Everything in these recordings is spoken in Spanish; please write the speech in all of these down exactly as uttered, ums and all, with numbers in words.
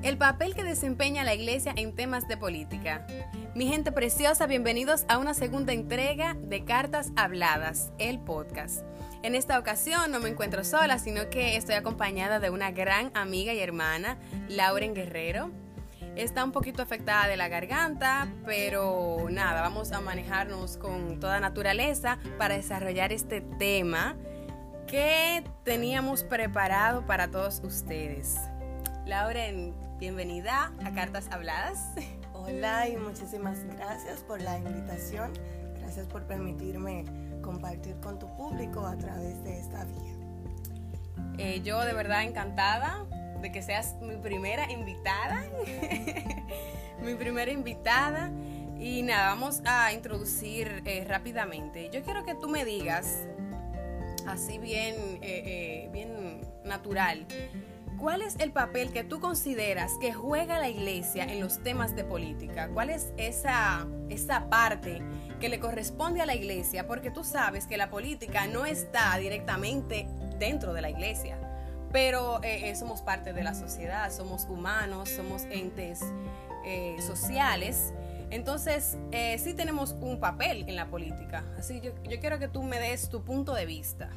el papel que desempeña la Iglesia en temas de política. Mi gente preciosa, bienvenidos a una segunda entrega de Cartas Habladas, el podcast. En esta ocasión no me encuentro sola, sino que estoy acompañada de una gran amiga y hermana, Lauren Guerrero. Está un poquito afectada de la garganta, pero nada, vamos a manejarnos con toda naturaleza para desarrollar este tema que teníamos preparado para todos ustedes. Lauren, bienvenida a Cartas Habladas. Hola y muchísimas gracias por la invitación. Gracias por permitirme compartir con tu público a través de esta vía. Eh, yo de verdad encantada de que seas mi primera invitada. mi primera invitada. Y nada, vamos a introducir eh, rápidamente. Yo quiero que tú me digas, así bien, eh, eh, bien natural, ¿cuál es el papel que tú consideras que juega la Iglesia en los temas de política? ¿Cuál es esa, esa parte que le corresponde a la Iglesia? Porque tú sabes que la política no está directamente dentro de la Iglesia, pero eh, somos parte de la sociedad, somos humanos, somos entes eh, sociales. Entonces, eh, sí tenemos un papel en la política. Así yo, yo quiero que tú me des tu punto de vista.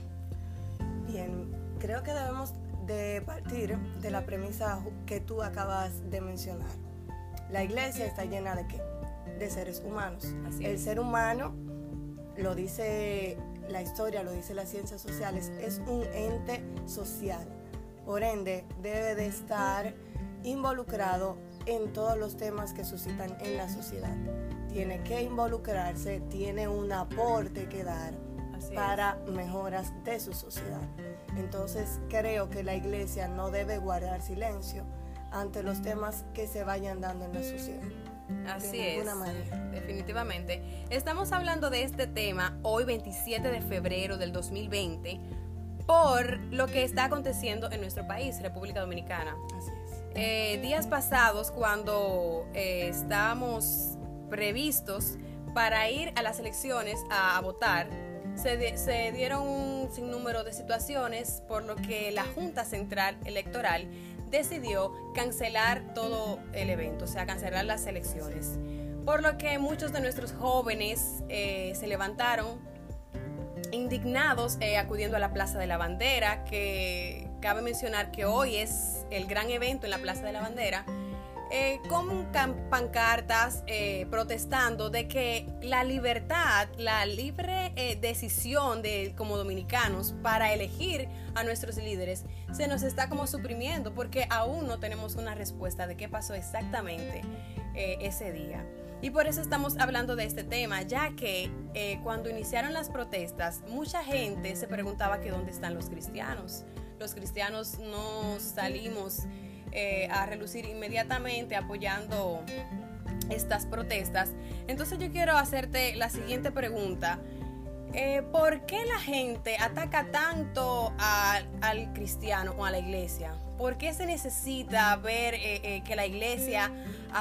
Bien, creo que debemos de partir de la premisa que tú acabas de mencionar. La Iglesia está llena de ¿qué? De seres humanos. Así El es. ser humano, lo dice la historia, lo dice las ciencias sociales, es un ente social. Por ende, debe de estar involucrado en todos los temas que suscitan en la sociedad. Tiene que involucrarse, tiene un aporte que dar Así para es. mejoras de su sociedad. Entonces creo que la Iglesia no debe guardar silencio ante los temas que se vayan dando en la sociedad. Así de es, manera. definitivamente. Estamos hablando de este tema hoy veintisiete de febrero del dos mil veinte por lo que está aconteciendo en nuestro país, República Dominicana. Así es. Eh, días pasados, cuando eh, estábamos previstos para ir a las elecciones a, a votar, se, de, se dieron un sinnúmero de situaciones por lo que la Junta Central Electoral decidió cancelar todo el evento, o sea, cancelar las elecciones. Por lo que muchos de nuestros jóvenes eh, se levantaron indignados eh, acudiendo a la Plaza de la Bandera, que cabe mencionar que hoy es el gran evento en la Plaza de la Bandera, eh, con pancartas eh, protestando de que la libertad, la libre eh, decisión de como dominicanos para elegir a nuestros líderes se nos está como suprimiendo, porque aún no tenemos una respuesta de qué pasó exactamente eh, ese día. Y por eso estamos hablando de este tema, ya que eh, cuando iniciaron las protestas, mucha gente se preguntaba que dónde están los cristianos. Los cristianos no salimos eh, a relucir inmediatamente apoyando estas protestas. Entonces yo quiero hacerte la siguiente pregunta. Eh, ¿Por qué la gente ataca tanto a, al cristiano o a la iglesia? ¿Por qué se necesita ver eh, eh, que la iglesia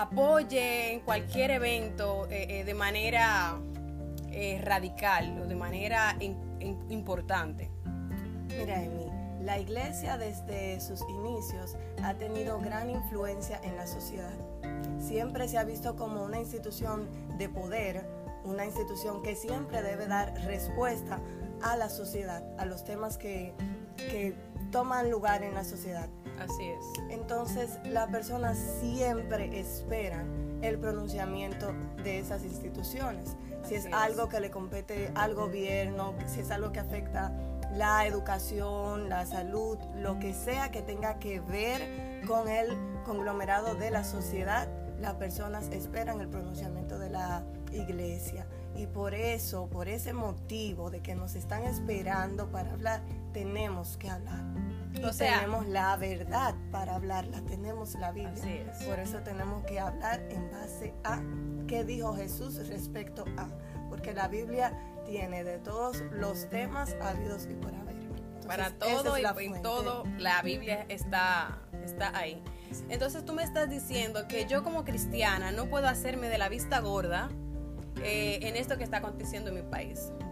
apoye en cualquier evento eh, eh, de manera eh, radical o de manera in, in, importante? Mira, Emi, la iglesia desde sus inicios ha tenido gran influencia en la sociedad. Siempre se ha visto como una institución de poder, una institución que siempre debe dar respuesta a la sociedad, a los temas que, que toman lugar en la sociedad. Así es. Entonces, las personas siempre esperan el pronunciamiento de esas instituciones. Si es, es algo que le compete al gobierno, si es algo que afecta la educación, la salud, lo que sea que tenga que ver con el conglomerado de la sociedad, las personas esperan el pronunciamiento de la iglesia. Y por eso, por ese motivo de que nos están esperando para hablar, tenemos que hablar. Y o sea, tenemos la verdad para hablarla, tenemos la Biblia. Así es. Por eso tenemos que hablar en base a qué dijo Jesús respecto a. Porque la Biblia tiene de todos los temas habidos y por haber. Entonces, para todo es y en todo, la Biblia está, está ahí. Sí. Entonces tú me estás diciendo que yo como cristiana no puedo hacerme de la vista gorda eh, en esto que está aconteciendo en mi país. De ninguna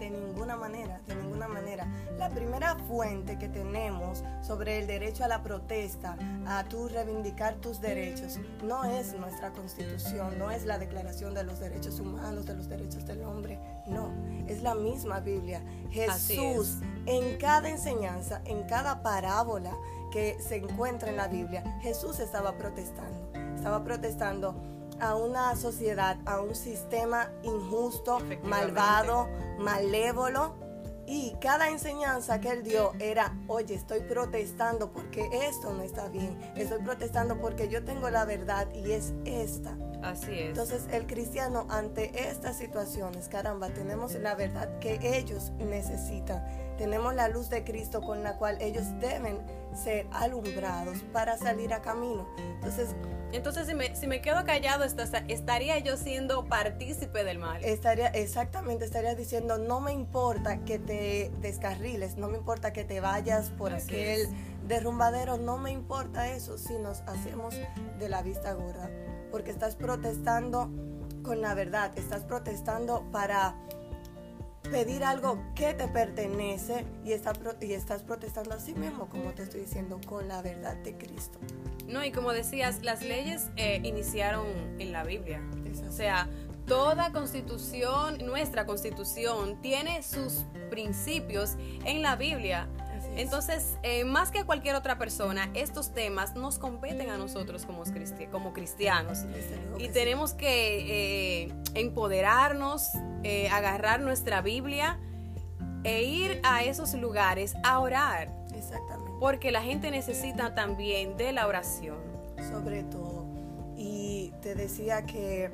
ninguna manera, de ninguna manera. La primera fuente que tenemos sobre el derecho a la protesta, a tú reivindicar tus derechos, no es nuestra Constitución, no es la Declaración de los Derechos Humanos, de los Derechos del Hombre, no, es la misma Biblia. Jesús, en cada enseñanza, en cada parábola que se encuentra en la Biblia, Jesús estaba protestando, estaba protestando a una sociedad, a un sistema injusto, malvado, malévolo, y cada enseñanza que él dio era, oye, estoy protestando porque esto no está bien, estoy protestando porque yo tengo la verdad y es esta. Así es. Entonces el cristiano ante estas situaciones, caramba, tenemos la verdad que ellos necesitan, tenemos la luz de Cristo con la cual ellos deben ser alumbrados para salir a camino. Entonces, Entonces si me, si me quedo callado, estaría yo siendo partícipe del mal. Estaría, exactamente, estaría diciendo, no me importa que te descarriles, no me importa que te vayas por Así aquel es. derrumbadero, no me importa eso si nos hacemos de la vista gorda, porque estás protestando con la verdad, estás protestando para pedir algo que te pertenece y, está, y estás protestando así mismo, como te estoy diciendo, con la verdad de Cristo. No, y como decías, las leyes eh, iniciaron en la Biblia. Exacto. O sea, toda constitución, nuestra constitución, tiene sus principios en la Biblia. Entonces, eh, más que a cualquier otra persona, estos temas nos competen a nosotros como, cristi como cristianos. Y que tenemos sí. que eh, empoderarnos, eh, agarrar nuestra Biblia e ir a esos lugares a orar. Exactamente. Porque la gente necesita también de la oración. Sobre todo. Y te decía que...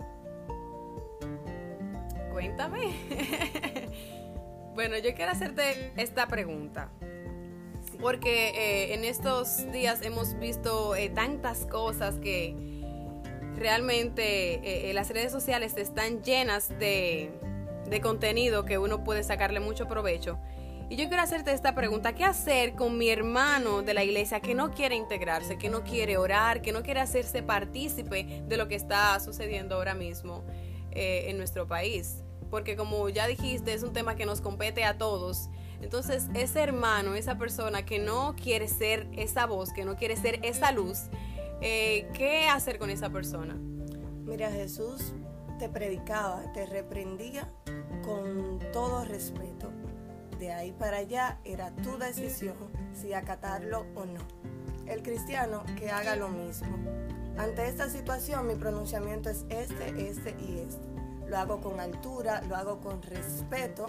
Cuéntame. Bueno, yo quiero hacerte esta pregunta. Sí. Porque eh, en estos días hemos visto eh, tantas cosas que realmente eh, las redes sociales están llenas de, de contenido que uno puede sacarle mucho provecho. Y yo quiero hacerte esta pregunta: ¿qué hacer con mi hermano de la iglesia que no quiere integrarse, que no quiere orar, que no quiere hacerse partícipe de lo que está sucediendo ahora mismo eh, en nuestro país? Porque como ya dijiste, es un tema que nos compete a todos. Entonces, ese hermano, esa persona que no quiere ser esa voz, que no quiere ser esa luz, eh, ¿qué hacer con esa persona? Mira, Jesús te predicaba, te reprendía con todo respeto. De ahí para allá era tu decisión si acatarlo o no. El cristiano que haga lo mismo. Ante esta situación, mi pronunciamiento es este, este y este. Lo hago con altura, lo hago con respeto,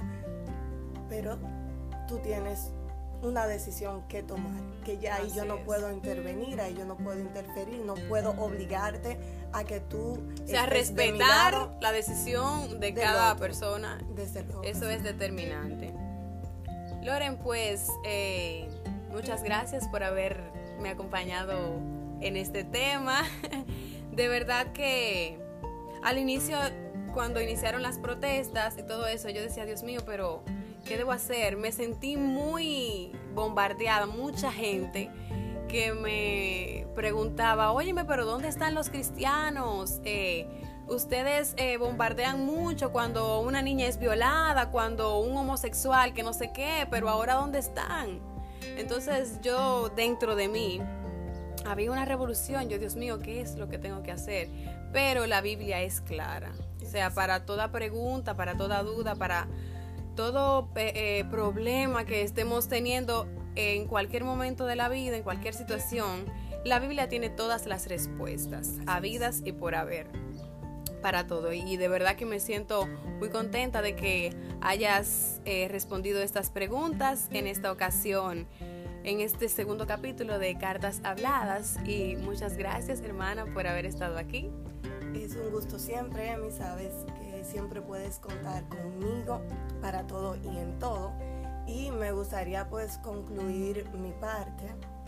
pero tú tienes una decisión que tomar, que ya ahí Así yo no es. puedo intervenir, ahí yo no puedo interferir, no puedo obligarte a que tú... O sea, respetar la decisión de, de cada otro, persona. Desde luego. Eso es determinante. Loren, pues, eh, muchas gracias por haberme acompañado en este tema. De verdad que al inicio, cuando iniciaron las protestas y todo eso, yo decía, Dios mío, pero ¿qué debo hacer? Me sentí muy bombardeada, mucha gente que me preguntaba, óyeme, pero ¿dónde están los cristianos? Eh, ustedes eh, bombardean mucho cuando una niña es violada, cuando un homosexual, que no sé qué, pero ahora ¿dónde están? Entonces yo, dentro de mí, había una revolución. Yo, Dios mío, ¿qué es lo que tengo que hacer? Pero la Biblia es clara. O sea, para toda pregunta, para toda duda, para todo eh, problema que estemos teniendo en cualquier momento de la vida, en cualquier situación, la Biblia tiene todas las respuestas, habidas y por haber, para todo. Y de verdad que me siento muy contenta de que hayas eh, respondido estas preguntas en esta ocasión, en este segundo capítulo de Cartas Habladas. Y muchas gracias, hermana, por haber estado aquí. Es un gusto siempre, Emi, sabes que siempre puedes contar conmigo para todo y en todo. Y me gustaría pues concluir mi parte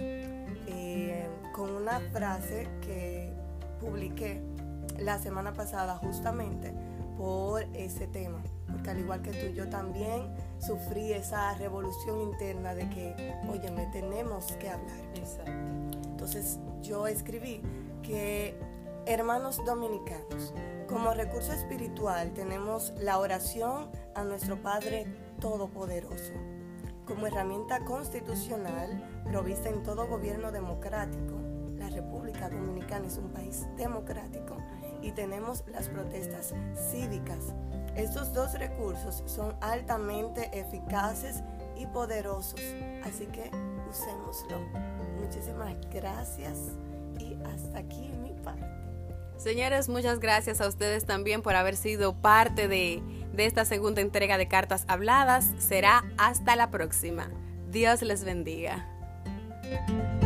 eh, con una frase que publiqué la semana pasada justamente por ese tema, porque al igual que tú, yo también sufrí esa revolución interna de que, óyeme, tenemos que hablar. Exacto. Entonces yo escribí que, hermanos dominicanos, como recurso espiritual tenemos la oración a nuestro Padre todopoderoso. Como herramienta constitucional provista en todo gobierno democrático, la República Dominicana es un país democrático y tenemos las protestas cívicas. Estos dos recursos son altamente eficaces y poderosos, así que usémoslo. Muchísimas gracias y hasta aquí mi parte. Señores, muchas gracias a ustedes también por haber sido parte de, de esta segunda entrega de Cartas Habladas. Será hasta la próxima. Dios les bendiga.